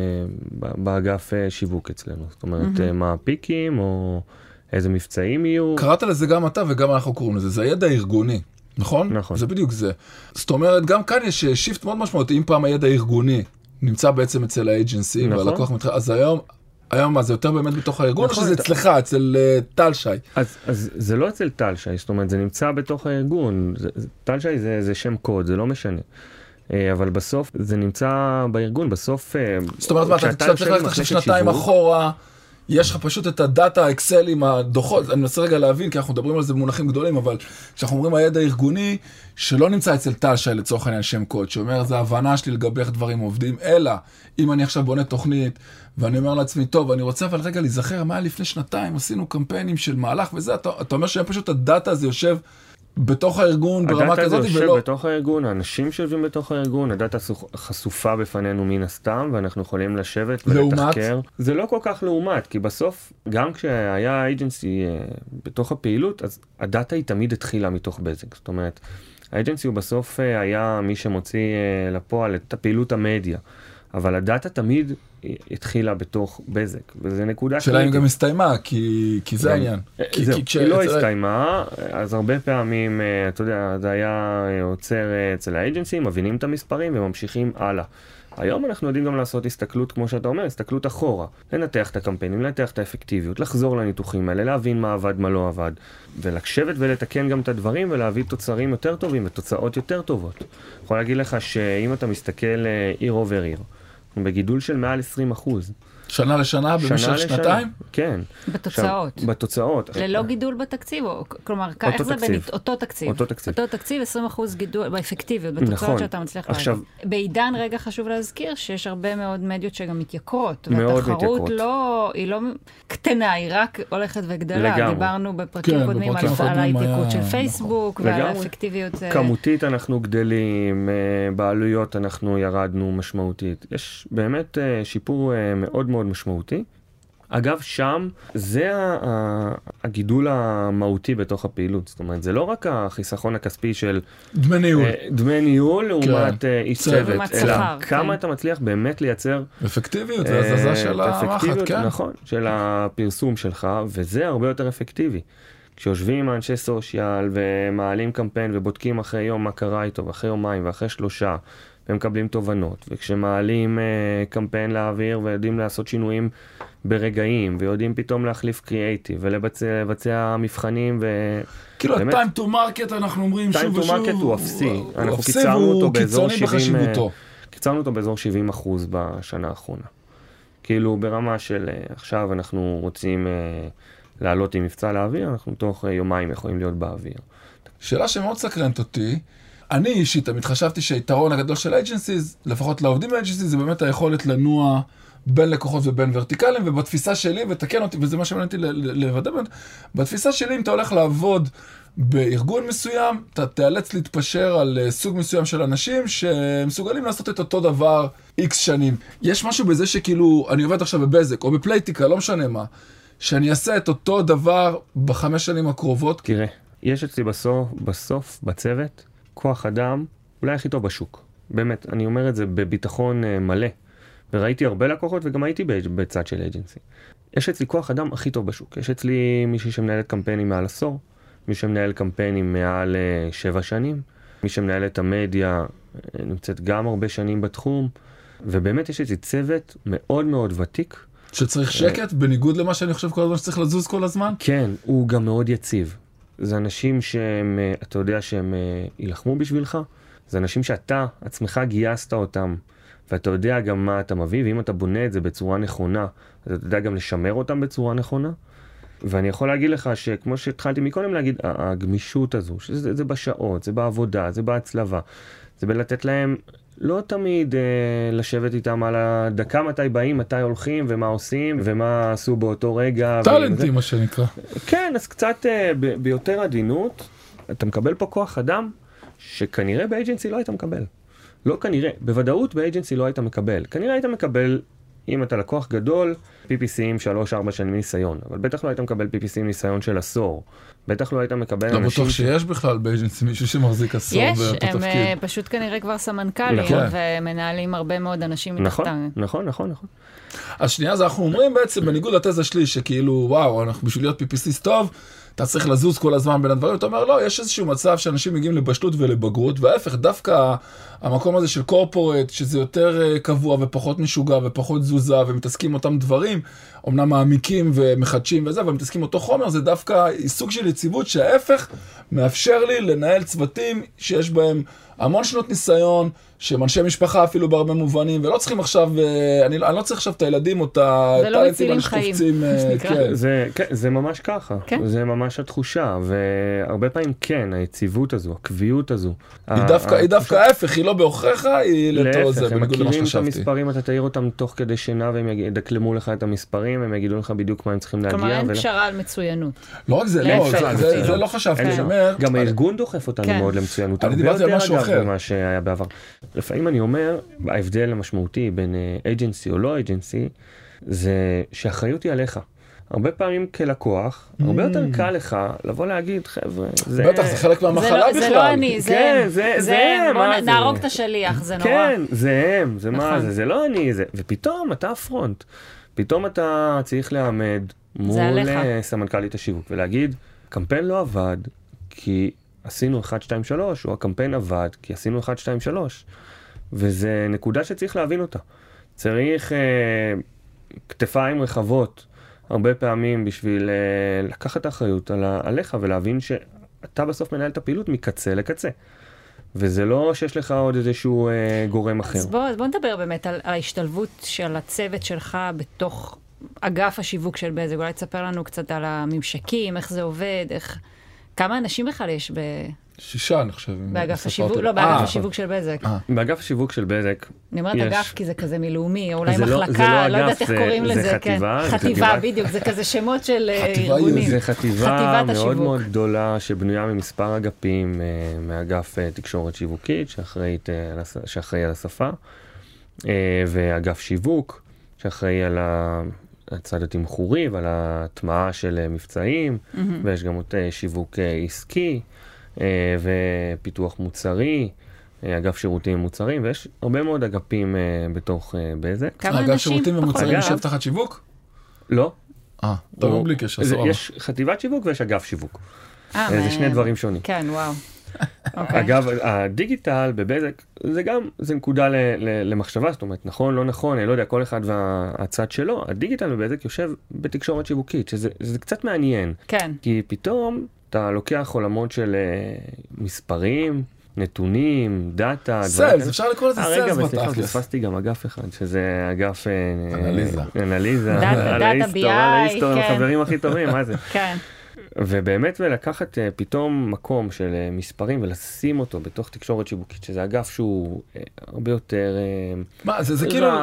באגף שיווק אצלנו, זאת אומרת mm-hmm. מה הפיקים או איזה מבצעים יהיו. קראת לזה גם אתה וגם אנחנו קוראים לזה, זה הידע הארגוני. נכון? נכון. זה בדיוק זה. זאת אומרת, גם כאן יש שיפט מאוד משמעותי, אם פעם הידע הארגוני נמצא בעצם אצל האג'נסי, נכון. והלקוח מתחיל, אז היום, היום מה, זה יותר באמת בתוך הארגון, נכון, או שזה אצלך, אצל uh, טל שי? אז, אז זה לא אצל טל שי, זאת אומרת, זה נמצא בתוך הארגון. זה, טל שי זה, זה שם קוד, זה לא משנה. אבל בסוף זה נמצא בארגון, בסוף... זאת אומרת, מה, אתה צריך ללכת עכשיו שנתיים אחורה, יש לך פשוט את הדאטה, האקסל עם הדוחות, אני מנסה רגע להבין, כי אנחנו מדברים על זה במונחים גדולים, אבל כשאנחנו אומרים הידע הארגוני, שלא נמצא אצל טל שי לצורך העניין שם קוד, שאומר, זה ההבנה שלי לגבי איך דברים עובדים, אלא אם אני עכשיו בונה תוכנית, ואני אומר לעצמי, טוב, אני רוצה אבל רגע להיזכר, מה לפני שנתיים עשינו קמפיינים של מהלך וזה, אתה, אתה אומר שפשוט הדאטה הזה יושב בתוך הארגון ברמה כזאת, הדאטה זה ולא... יושב בתוך הארגון, האנשים שיושבים בתוך הארגון, הדאטה חשופה בפנינו מן הסתם, ואנחנו יכולים לשבת ולתחקר. זה לא כל כך לעומת, כי בסוף, גם כשהיה האג'נסי בתוך הפעילות, אז הדאטה היא תמיד התחילה מתוך בזק. זאת אומרת, האג'נסי הוא בסוף היה מי שמוציא לפועל את הפעילות המדיה, אבל הדאטה תמיד התחילה בתוך בזק, וזה נקודה... שאלה אם גם הסתיימה, כי, כי זה העניין. זהו, היא לא הסתיימה, אז הרבה פעמים, אתה יודע, זה היה עוצר אצל האג'נסים, מבינים את המספרים וממשיכים הלאה. היום אנחנו יודעים גם לעשות הסתכלות, כמו שאתה אומר, הסתכלות אחורה. לנתח את הקמפיינים, לנתח את האפקטיביות, לחזור לניתוחים האלה, להבין מה עבד, מה לא עבד, ולקשבת ולתקן גם את הדברים ולהביא תוצרים יותר טובים ותוצאות יותר טובות. אני יכול להגיד לך שאם אתה מסתכל עיר עובר עיר, בגידול של מעל עשרים אחוז. שנה לשנה, במשך שנתיים? כן. בתוצאות. עכשיו, בתוצאות. ללא גידול בתקציב, או, כלומר, איך זה בנית? אותו תקציב. אותו תקציב. אותו תקציב, עשרים אחוז גידול, באפקטיביות, בתוצאות נכון. שאתה מצליח עכשיו, להגיד. בעידן רגע חשוב להזכיר שיש הרבה מאוד מדיות שגם מתייקרות. מאוד והתחרות מתייקרות. לא, היא לא קטנה, היא רק הולכת וגדלה. לגמרי. דיברנו בפרקים כן, קודמים בפרקים על קודמים ההתייקרות היה- של פייסבוק, לגמרי. ועל האפקטיביות. כמותית אנחנו גדלים, אה, בעלויות אנחנו ירדנו משמעותית. יש באמת אה, שיפור אה, מאוד מאוד משמעותי. אגב, שם זה ה- ה- הגידול המהותי בתוך הפעילות. זאת אומרת, זה לא רק החיסכון הכספי של דמי ניהול. אה, דמי ניהול לעומת אה, איש צוות. צוות, לעומת אלא שכר, כמה כן. אתה מצליח באמת לייצר אפקטיביות, אה, והזזה של את המחט, האפקטיביות, כן. נכון, של הפרסום שלך, וזה הרבה יותר אפקטיבי. כשיושבים עם אנשי סושיאל ומעלים קמפיין ובודקים אחרי יום מה קרה איתו, ואחרי יומיים ואחרי שלושה, ומקבלים תובנות, וכשמעלים אה, קמפיין לאוויר ויודעים לעשות שינויים ברגעים, ויודעים פתאום להחליף קריאייטיב, ולבצע מבחנים, ו... כאילו, באמת, ה-time to market אנחנו אומרים time שוב to ושוב. market הוא אפסי. הוא אנחנו אפסי קיצרנו והוא אותו באזור קיצוני שבעים, בחשיבותו. קיצרנו אותו באזור שבעים אחוז בשנה האחרונה. כאילו ברמה של אה, עכשיו אנחנו רוצים אה, לעלות עם מבצע לאוויר, אנחנו תוך אה, יומיים יכולים להיות באוויר. שאלה שמאוד סקרנת אותי, אני אישית, תמיד חשבתי שהיתרון הגדול של אייג'נסיז, לפחות לעובדים באייג'נסיז, זה באמת היכולת לנוע בין לקוחות ובין ורטיקלים, ובתפיסה שלי, ותקן אותי, וזה מה שמעניינתי לוודא, בתפיסה שלי, אם אתה הולך לעבוד בארגון מסוים, אתה תיאלץ להתפשר על סוג מסוים של אנשים שמסוגלים לעשות את אותו דבר איקס שנים. יש משהו בזה שכאילו, אני עובד עכשיו בבזק או בפלייטיקה, לא משנה מה, שאני אעשה את אותו דבר בחמש שנים הקרובות. תראה, יש אצלי בסוף, בסוף, בצוות, כוח אדם, אולי הכי טוב בשוק. באמת, אני אומר את זה בביטחון מלא. וראיתי הרבה לקוחות וגם הייתי בצד של אייג'נסי. יש אצלי כוח אדם הכי טוב בשוק. יש אצלי מישהי שמנהלת קמפיינים מעל עשור, מי שמנהל קמפיינים מעל uh, שבע שנים, מי שמנהל את המדיה נמצאת גם הרבה שנים בתחום, ובאמת יש אצלי צוות מאוד מאוד ותיק. שצריך שקט, בניגוד למה שאני חושב כל הזמן שצריך לזוז כל הזמן? כן, הוא גם מאוד יציב. זה אנשים שהם, אתה יודע שהם ילחמו בשבילך, זה אנשים שאתה עצמך גייסת אותם, ואתה יודע גם מה אתה מביא, ואם אתה בונה את זה בצורה נכונה, אז אתה יודע גם לשמר אותם בצורה נכונה. ואני יכול להגיד לך שכמו שהתחלתי מקודם להגיד, הגמישות הזו, שזה זה בשעות, זה בעבודה, זה בהצלבה, זה בלתת להם לא תמיד אה, לשבת איתם על הדקה מתי באים, מתי הולכים, ומה עושים, ומה עשו באותו רגע. טלנטים, מה שנקרא. כן, אז קצת אה, ב- ביותר עדינות, אתה מקבל פה כוח אדם, שכנראה באייג'נסי לא היית מקבל. לא כנראה, בוודאות באייג'נסי לא היית מקבל. כנראה היית מקבל, אם אתה לקוח גדול, פי פי סי עם שלוש ארבע שנים ניסיון, אבל בטח לא היית מקבל פי פי סי עם ניסיון של עשור. בטח לא היית מקבל לא אנשים... בטוח שיש בכלל באייג'נסי מישהו שמחזיק עשור באותו תפקיד. יש, הם פשוט כנראה כבר סמנכ"לים, ומנהלים הרבה מאוד אנשים מתחתם. נכון, נכון, נכון. אז שנייה, אז אנחנו אומרים בעצם, בניגוד לתזה שלי, שכאילו, וואו, אנחנו בשביל להיות פי פי סי טוב, אתה צריך לזוז כל הזמן בין הדברים, אתה אומר, לא, יש איזשהו מצב שאנשים מגיעים לבשלות ולבגרות, וההפך, דווקא המקום הזה של קורפורט, שזה יותר קבוע ופחות משוגע ופחות תזוזה, ומתעסקים אותם דברים, אמנם מעמיקים ומחדשים וזה, אבל מתעסקים אותו חומר, זה דווקא סוג של יציבות שההפך מאפשר לי לנהל צוותים שיש בהם המון שנות ניסיון, שהם אנשי משפחה אפילו בהרבה מובנים, ולא צריכים עכשיו, אני, אני לא צריך עכשיו את הילדים או את הטלנטים האלה שתופצים. כן. זה, כן, זה ממש ככה, כן? זה ממש התחושה, והרבה פעמים כן, היציבות הזו, הקביעות הזו. היא דווקא, היא דווקא ההפך, היא לא באוכריך, היא לתור זה, הם מכירים את המספרים, אתה תאיר אותם תוך כדי שינה, והם ידקלמו לך את המספרים, הם יגידו לך בדיוק מה הם צריכים להגיע. כלומר, אין פשרה על מצוינות. לא רק זה, לא, זה לא חשבתי. גם הארגון דוחף אותנו מאוד למצוינות. אני דיברתי על משהו אחר. מה שהיה בעבר. לפעמים אני אומר, ההבדל המשמעותי בין אייג'נסי או לא אייג'נסי, זה שאחריות היא עליך. הרבה פעמים כלקוח, הרבה יותר קל לך לבוא להגיד, חבר'ה, זה... בטח, זה חלק מהמחלה בכלל. זה לא אני, זה הם. זה הם, נהרוג את השליח, זה נורא. כן, זה הם, זה מה זה, זה לא אני, זה... ופתאום אתה הפרונט. פתאום אתה צריך לעמד מול סמנכ"לית השיווק, ולהגיד, קמפיין לא עבד, כי עשינו אחת, שתיים, שלוש, או הקמפיין עבד, כי עשינו אחת, שתיים, שלוש. וזה נקודה שצריך להבין אותה. צריך אה, כתפיים רחבות, הרבה פעמים בשביל אה, לקחת האחריות על, עליך, ולהבין שאתה בסוף מנהל את הפעילות מקצה לקצה. וזה לא שיש לך עוד איזשהו אה, גורם אחר. אז בוא, בוא נדבר באמת על, על ההשתלבות של הצוות שלך בתוך אגף השיווק של בזק. אולי תספר לנו קצת על הממשקים, איך זה עובד, איך... כמה אנשים בכלל יש ב... שישה, אני חושב. באגף השיווק, לא, באגף השיווק של בזק. באגף השיווק של בזק. אני אומרת אגף כי זה כזה מילאומי, אולי מחלקה, לא יודעת איך קוראים לזה. זה חטיבה. חטיבה, בדיוק, זה כזה שמות של ארגונים. זה חטיבה מאוד מאוד גדולה, שבנויה ממספר אגפים, מאגף תקשורת שיווקית, שאחראי על השפה, ואגף שיווק, שאחראי על הצד התמחורי ועל ההטמעה של מבצעים, ויש גם עוד שיווק עסקי, ופיתוח מוצרי, אגף שירותים ומוצרים, ויש הרבה מאוד אגפים בתוך בזק. כמה אנשים? אגף שירותים ומוצרים יושב תחת שיווק? לא. אה, טוב, בלי קשר, סבבה. יש חטיבת שיווק ויש אגף שיווק. זה שני דברים שונים. כן, וואו. אגב, הדיגיטל בבזק, זה גם, זה נקודה למחשבה, זאת אומרת, נכון, לא נכון, אני לא יודע, כל אחד והצד שלו, הדיגיטל בבזק יושב בתקשורת שיווקית, שזה קצת מעניין. כן. כי פתאום אתה לוקח עולמות של מספרים, נתונים, דאטה, סלס, אפשר לקרוא לזה סלס בתכלס. רגע, וסליחה, תפסתי גם אגף אחד, שזה אגף... אנליזה. אנליזה. דאטה בי איי, כן. חברים הכי טובים, מה זה? כן. ובאמת ולקחת פתאום מקום של מספרים ולשים אותו בתוך תקשורת שיווקית, שזה אגף שהוא הרבה יותר... מה, זה, זה כאילו,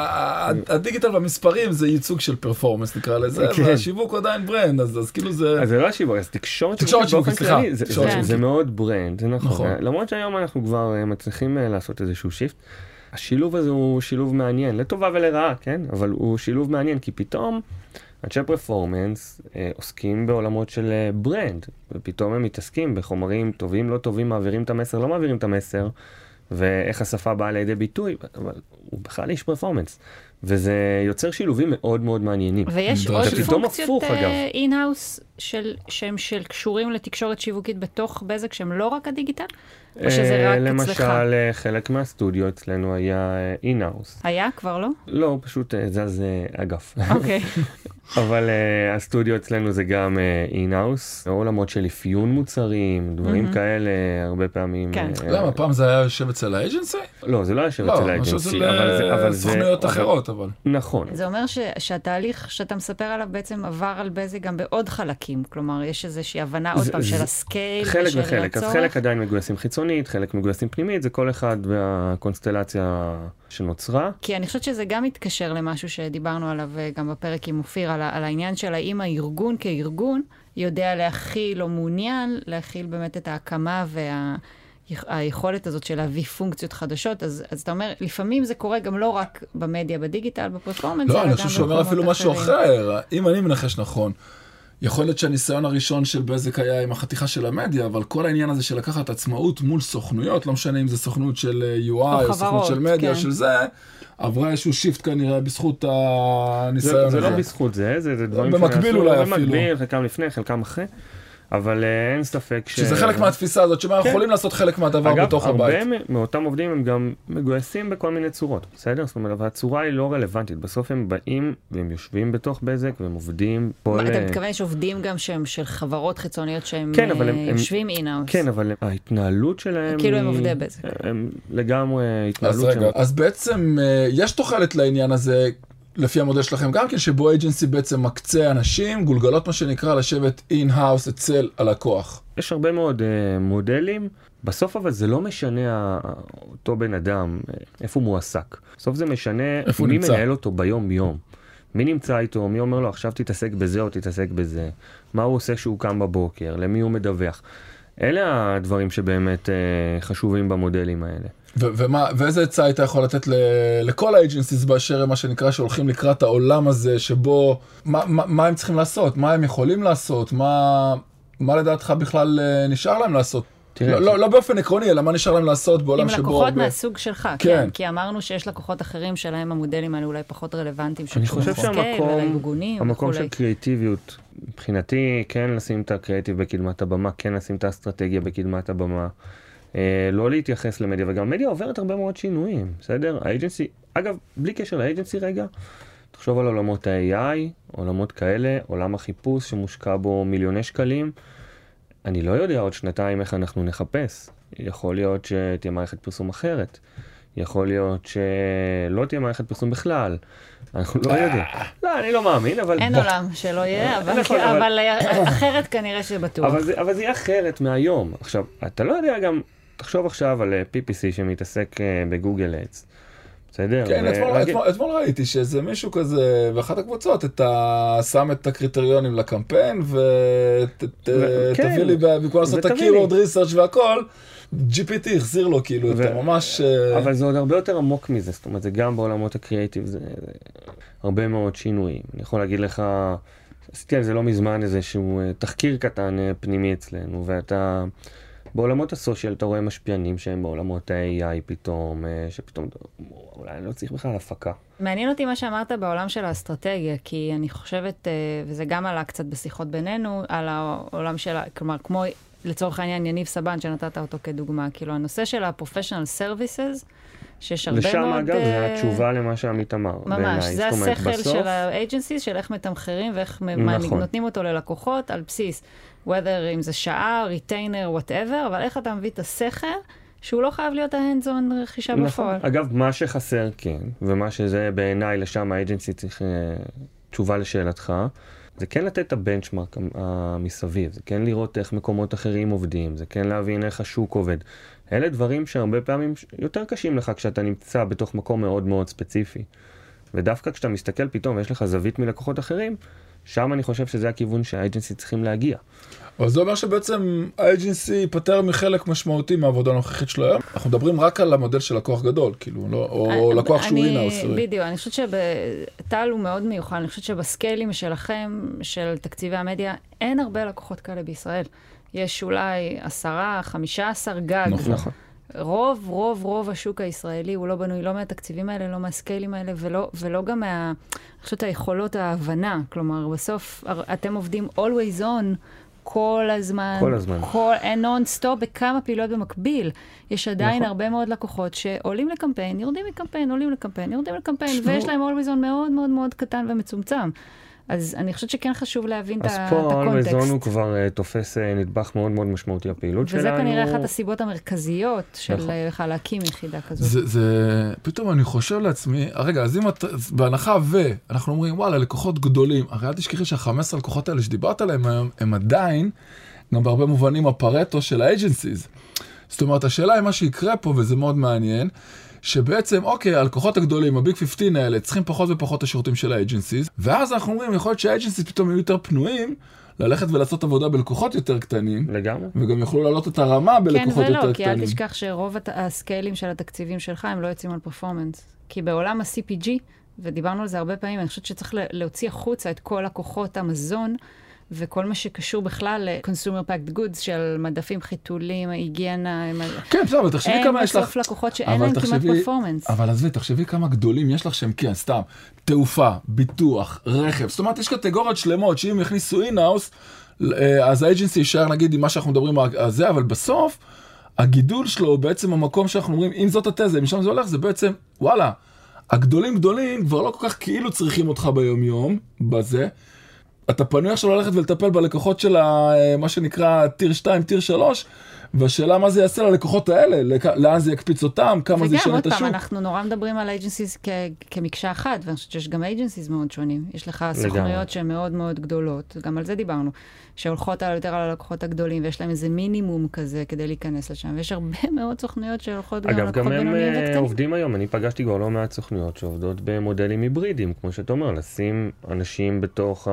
הדיגיטל והמספרים זה ייצוג של פרפורמנס נקרא לזה, והשיווק הוא עדיין ברנד, אז כאילו זה... אז זה לא השיווק, אז תקשורת שיווקית, סליחה. זה מאוד ברנד, זה נכון. למרות שהיום אנחנו כבר מצליחים לעשות איזשהו שיפט, השילוב הזה הוא שילוב מעניין, לטובה ולרעה, כן? אבל הוא שילוב מעניין, כי פתאום אנשי פרפורמנס אה, עוסקים בעולמות של אה, ברנד, ופתאום הם מתעסקים בחומרים טובים, לא טובים, מעבירים את המסר, לא מעבירים את המסר, ואיך השפה באה לידי ביטוי, אבל הוא בכלל איש פרפורמנס. וזה יוצר שילובים מאוד מאוד מעניינים. ויש עוד פונקציות אין-האוס שהם של קשורים לתקשורת שיווקית בתוך בזק, שהם לא רק הדיגיטל? או שזה רק אצלך? למשל, חלק מהסטודיו אצלנו היה אין-האוס. היה? כבר לא? לא, פשוט זז אגף. אוקיי. אבל uh, הסטודיו אצלנו זה גם uh, אין-האוס, עולמות של אפיון מוצרים, דברים mm-hmm. כאלה, הרבה פעמים... כן. Uh, למה, פעם זה היה יושב אצל האג'נסי? לא, זה לא היה יושב אצל האג'נסי, אבל זה... סוכנויות אחרות, אבל... נכון. זה אומר ש, שהתהליך שאתה מספר עליו בעצם עבר על בזק גם בעוד חלקים, כלומר, יש איזושהי הבנה עוד פעם של הסקייל חלק ושל וחלק, הצורך. אז חלק עדיין מגויסים חיצונית, חלק מגויסים פנימית, זה כל אחד והקונסטלציה שנוצרה. כי אני חושבת שזה גם מתקשר למשהו שדיברנו עליו גם בפרק עם אופיר, על, על העניין של האם הארגון כארגון יודע להכיל או מעוניין, להכיל באמת את ההקמה והיכולת הזאת של להביא פונקציות חדשות. אז, אז אתה אומר, לפעמים זה קורה גם לא רק במדיה, בדיגיטל, בפרפורמנס, לא, אני חושב שאומר אפילו משהו אחר. אם אני מנחש נכון, יכול להיות שהניסיון הראשון של בזק היה עם החתיכה של המדיה, אבל כל העניין הזה של לקחת עצמאות מול סוכנויות, לא משנה אם זה סוכנות של יו איי או, או סוכנות של מדיה כן. או של זה, עברה איזשהו שיפט כנראה בזכות הניסיון זה, הזה. זה לא בזכות זה, זה, זה דברים במקביל אולי אפילו. במקביל, חלקם לפני, חלקם אחרי. אבל uh, אין ספק ש... שזה חלק מהתפיסה הזאת, שמה כן. יכולים לעשות חלק מהדבר אגב, בתוך הבית. אגב, הרבה מאותם עובדים הם גם מגויסים בכל מיני צורות, בסדר? זאת אומרת, והצורה היא לא רלוונטית. בסוף הם באים והם יושבים בתוך בזק והם עובדים... מה, אתה מתכוון שעובדים גם שהם של חברות חיצוניות שהם כן, אבל הם, יושבים אין-האוס? כן, אבל ההתנהלות שלהם... כאילו הם עובדי בזק. הם לגמרי התנהלות אז שלהם. רגע, אז בעצם יש תוחלת לעניין הזה... לפי המודל שלכם גם כן, שבו אג'נסי בעצם מקצה אנשים, גולגלות מה שנקרא, לשבת אין-האוס אצל הלקוח. יש הרבה מאוד uh, מודלים, בסוף אבל זה לא משנה אותו בן אדם, איפה הוא מועסק. בסוף זה משנה מי נמצא? מנהל אותו ביום יום. מי נמצא איתו, מי אומר לו עכשיו תתעסק בזה או תתעסק בזה. מה הוא עושה שהוא קם בבוקר, למי הוא מדווח. אלה הדברים שבאמת uh, חשובים במודלים האלה. ו- ומה, ואיזה הצעה היית יכול לתת ל- לכל האג'נסיס באשר מה שנקרא שהולכים לקראת העולם הזה שבו, מה, מה, מה הם צריכים לעשות, מה הם יכולים לעשות, מה, מה לדעתך בכלל נשאר להם לעשות? לא, לא, לא באופן עקרוני, אלא מה נשאר להם לעשות בעולם שבו... עם לקוחות מהסוג שלך, כן. כי אמרנו שיש לקוחות אחרים שלהם המודלים האלה אולי פחות רלוונטיים. אני חושב שהמקום, המקום של קריאטיביות, מבחינתי כן לשים את הקריאטיב בקדמת הבמה, כן לשים את האסטרטגיה בקדמת הבמה. לא להתייחס למדיה, וגם מדיה עוברת הרבה מאוד שינויים, בסדר? האג'נסי, אגב, בלי קשר לאג'נסי רגע, תחשוב על עולמות ה-איי איי, עולמות כאלה, עולם החיפוש שמושקע בו מיליוני שקלים. אני לא יודע עוד שנתיים איך אנחנו נחפש. יכול להיות שתהיה מערכת פרסום אחרת. יכול להיות שלא תהיה מערכת פרסום בכלל. אנחנו לא יודעים. לא, אני לא מאמין, אבל... אין עולם שלא יהיה, אבל אחרת כנראה שבטוח. אבל זה יהיה אחרת מהיום. עכשיו, אתה לא יודע גם... תחשוב עכשיו על פי פי סי שמתעסק בגוגל אדס. בסדר? כן, אתמול ראיתי שזה מישהו כזה, באחת הקבוצות, שם את הקריטריונים לקמפיין, ותביא לי במקום לעשות את ה-keyword research והכל, ג'י פי טי החזיר לו, כאילו, אתה ממש... אבל זה עוד הרבה יותר עמוק מזה, זאת אומרת, זה גם בעולמות הקריאטיב, זה הרבה מאוד שינויים. אני יכול להגיד לך, עשיתי על זה לא מזמן איזשהו תחקיר קטן פנימי אצלנו, ואתה... בעולמות הסושיאל אתה רואה משפיענים שהם בעולמות ה-איי איי פתאום, שפתאום אולי לא צריך בכלל הפקה. מעניין אותי מה שאמרת בעולם של האסטרטגיה, כי אני חושבת, וזה גם עלה קצת בשיחות בינינו, על העולם של, כלומר, כמו לצורך העניין יניב סבן שנתת אותו כדוגמה, כאילו הנושא של ה-professional services, שיש הרבה לשם, מאוד... לשם אגב זה התשובה למה שעמית אמר. ממש, בעיניי. זה השכל בסוף... של האג'נסיס, של איך מתמחרים ואיך נכון. נותנים אותו ללקוחות על בסיס. whether אם זה שעה, ריטיינר, whatever, אבל איך אתה מביא את השכל, שהוא לא חייב להיות ההנדזון רכישה נכון. בפועל. אגב, מה שחסר כן, ומה שזה בעיניי לשם האג'נסי צריך תשובה לשאלתך, זה כן לתת את הבנצ'מרק מסביב, זה כן לראות איך מקומות אחרים עובדים, זה כן להבין איך השוק עובד. אלה דברים שהרבה פעמים יותר קשים לך כשאתה נמצא בתוך מקום מאוד מאוד ספציפי. ודווקא כשאתה מסתכל פתאום ויש לך זווית מלקוחות אחרים, שם אני חושב שזה הכיוון שהאג'נסי צריכים להגיע. אבל זה אומר שבעצם האג'נסי ייפטר מחלק משמעותי מהעבודה הנוכחית שלו היום. אנחנו מדברים רק על המודל של לקוח גדול, כאילו, לא, או לקוח שהוא אינאוס. בדיוק, אני חושבת שבטל הוא מאוד מיוחד, אני חושבת שבסקיילים שלכם, של תקציבי המדיה, אין הרבה לקוחות כאלה בישראל. יש אולי עשרה, חמישה עשר גג. נכון. רוב, רוב, רוב השוק הישראלי הוא לא בנוי, לא מהתקציבים האלה, לא מהסקיילים האלה, ולא, ולא גם מה, אני חושבת, היכולות ההבנה. כלומר, בסוף, אתם עובדים always on, כל הזמן. כל הזמן. כל, אין נון-סטופ בכמה פעילויות במקביל. יש עדיין נכון. הרבה מאוד לקוחות שעולים לקמפיין, יורדים מקמפיין, עולים לקמפיין, יורדים לקמפיין, שנו. ויש להם always on מאוד מאוד מאוד קטן ומצומצם. אז אני חושבת שכן חשוב להבין את הקונטקסט. אז פה אלווזון הוא כבר uh, תופס uh, נדבך מאוד מאוד משמעותי לפעילות שלנו. וזה כנראה אחת הסיבות המרכזיות של נכון. להקים יחידה כזאת. זה, זה, פתאום אני חושב לעצמי, רגע, אז אם את, בהנחה ואנחנו אומרים, וואלה, לקוחות גדולים, הרי אל תשכחי שה-חמש עשרה לקוחות האלה שדיברת עליהם היום, הם עדיין, גם בהרבה מובנים, הפרטו של האג'נסיז. זאת אומרת, השאלה היא מה שיקרה פה, וזה מאוד מעניין, שבעצם, אוקיי, הלקוחות הגדולים, הביג חמש עשרה האלה, צריכים פחות ופחות השירותים של האג'נסיז, ואז אנחנו אומרים, יכול להיות שהאג'נסיז פתאום יהיו יותר פנויים, ללכת ולעשות עבודה בלקוחות יותר קטנים. לגמרי. וגם יוכלו לעלות את הרמה בלקוחות כן יותר ולא, קטנים. כי אל תשכח שרוב הסקיילים של התקציבים שלך, הם לא יוצאים על פרפורמנס. כי בעולם ה-סי פי ג'י, ודיברנו על זה הרבה פעמים, אני חושבת שצריך להוציא החוצה את כל לקוחות המזון, וכל מה שקשור בכלל ל-consumer packed goods של מדפים, חיתולים, היגיינה. כן, בסדר, אבל תחשבי כמה יש לך... אין בסוף לקוחות שאין להם כמעט פרפורמנס. אבל עזבי, תחשבי כמה גדולים יש לך שהם, כן, סתם, תעופה, ביטוח, רכב. זאת אומרת, יש קטגוריות שלמות שאם יכניסו אין-האוס, אז האג'נסי יישאר נגיד עם מה שאנחנו מדברים על זה, אבל בסוף, הגידול שלו, בעצם המקום שאנחנו אומרים, אם זאת התזה, משם זה הולך, זה בעצם, וואלה, הגדולים גדולים כבר לא כל כך כאילו צריכים אותך ביום-יום, בזה. אתה פנוי עכשיו ללכת ולטפל בלקוחות של מה שנקרא טיר שתיים, טיר שלוש, והשאלה מה זה יעשה ללקוחות האלה, לאן זה יקפיץ אותם, כמה זה ישנה את השוק. וגם, עוד פעם, אנחנו נורא מדברים על אייג'נסיז כמקשה אחת, ואני חושבת שיש גם אייג'נסיז מאוד שונים. יש לך סוכנויות שהן מאוד מאוד גדולות, גם על זה דיברנו, שהולכות יותר על הלקוחות הגדולים, ויש להם איזה מינימום כזה כדי להיכנס לשם, ויש הרבה מאוד סוכנויות שהולכות גם על לקוחות בינוניים וקטנים. אגב, גם הם עובדים היום, אני פגשתי כבר לא מעט סוכנויות שעובדות במודלים היברידיים, כמו שאתה אומר, לשים אנשים בתוך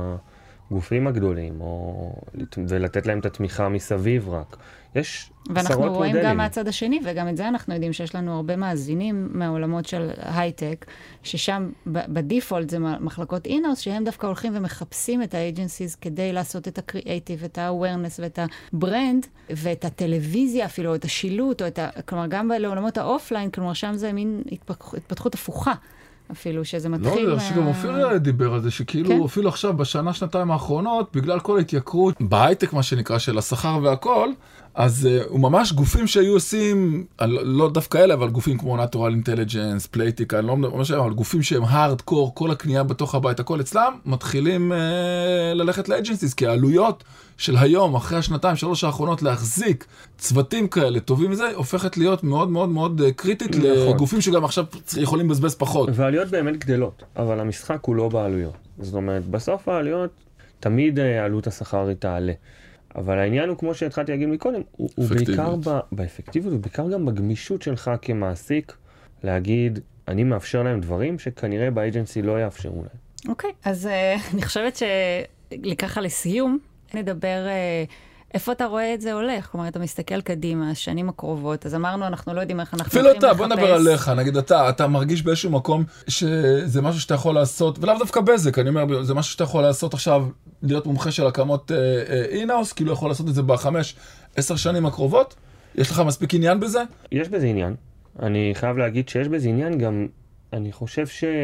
הגופים הגדולים, או... ולתת להם את התמיכה מסביב רק. יש עשרות מודלים. ואנחנו רואים גם מהצד השני, וגם את זה אנחנו יודעים שיש לנו הרבה מאזינים מהעולמות של הייטק, ששם בדיפולט זה מחלקות אינאוס, שהם דווקא הולכים ומחפשים את האג'נסיז כדי לעשות את הקריאייטיב, את האווירנס ואת הברנד, ואת הטלוויזיה אפילו, את השילוט, או את ה... כלומר גם לעולמות האופליין, כלומר שם זה מין התפתחות הפוכה. אפילו שזה מתחיל... לא, זה שגם אופיר דיבר על זה, שכאילו אפילו עכשיו בשנה, שנתיים האחרונות, בגלל כל ההתייקרות בהייטק, מה שנקרא, של השכר והכל, אז הוא ממש גופים שהיו עושים, לא דווקא אלה, אבל גופים כמו Natural Intelligence, פלייטיקה, אני לא מדבר, אבל גופים שהם הארדקור, כל הקנייה בתוך הבית, הכל אצלם, מתחילים ללכת לאג'נסיס, כי העלויות של היום, אחרי השנתיים, שלוש האחרונות, להחזיק צוותים כאלה, טובים מזה, הופכת להיות מאוד מאוד מאוד קריטית לגופים שגם עכשיו יכולים לבזבז פחות. והעלויות באמת גדלות, אבל המשחק הוא לא בעלויות. זאת אומרת, בסוף העלויות, תמיד עלות השכר היא תעלה. אבל העניין הוא, כמו שהתחלתי להגיד מקודם, הוא, הוא בעיקר ב, באפקטיביות, הוא בעיקר גם בגמישות שלך כמעסיק, להגיד, אני מאפשר להם דברים שכנראה באג'נסי לא יאפשרו להם. אוקיי, okay, אז uh, אני חושבת שלקחה לסיום, נדבר uh, איפה אתה רואה את זה הולך. כלומר, אתה מסתכל קדימה, השנים הקרובות, אז אמרנו, אנחנו לא יודעים איך אנחנו אפילו אתה, בוא נדבר עליך, נגיד אתה, אתה מרגיש באיזשהו מקום שזה משהו שאתה יכול לעשות, ולאו דווקא בזק, אני אומר, זה משהו שאתה יכול לעשות עכשיו, להיות מומחה של הקמות אינאוס, כאילו יכול לעשות את זה בחמש, עשר שנים הקרובות? יש לך מספיק עניין בזה? יש בזה עניין. אני חייב להגיד שיש בזה עניין גם, אני חושב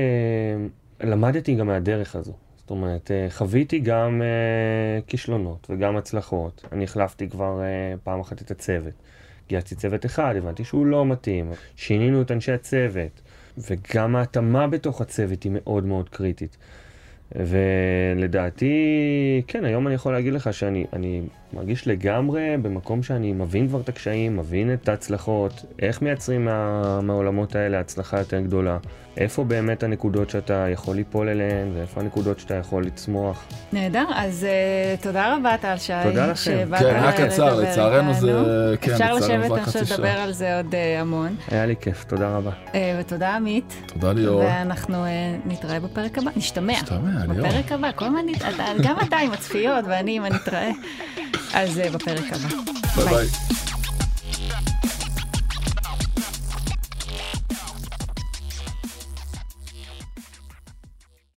שלמדתי גם מהדרך הזו. זאת אומרת, חוויתי גם uh, כישלונות וגם הצלחות. אני החלפתי כבר uh, פעם אחת את הצוות. גייסתי צוות אחד, הבנתי שהוא לא מתאים. שינינו את אנשי הצוות, וגם ההתאמה בתוך הצוות היא מאוד מאוד קריטית. ולדעתי, כן, היום אני יכול להגיד לך שאני אני מרגיש לגמרי במקום שאני מבין כבר את הקשיים, מבין את ההצלחות, איך מייצרים מה, מהעולמות האלה הצלחה יותר גדולה, איפה באמת הנקודות שאתה יכול ליפול אליהן, ואיפה הנקודות שאתה יכול לצמוח. נהדר, אז uh, תודה רבה, טל שי. תודה לכם. כן, היה קצר, לצערנו זה... כן, אפשר לשבת עכשיו לדבר על זה עוד uh, המון. היה לי כיף, תודה רבה. Uh, ותודה עמית. תודה ליאור. ואנחנו uh, נתראה בפרק הבא, נשתמע. נשתמע, ליאור. בפרק הבא, כל הזמן, גם אתה עם הצפיות ואני עם הנתראה. אז uh, בפרק הבא. ביי ביי.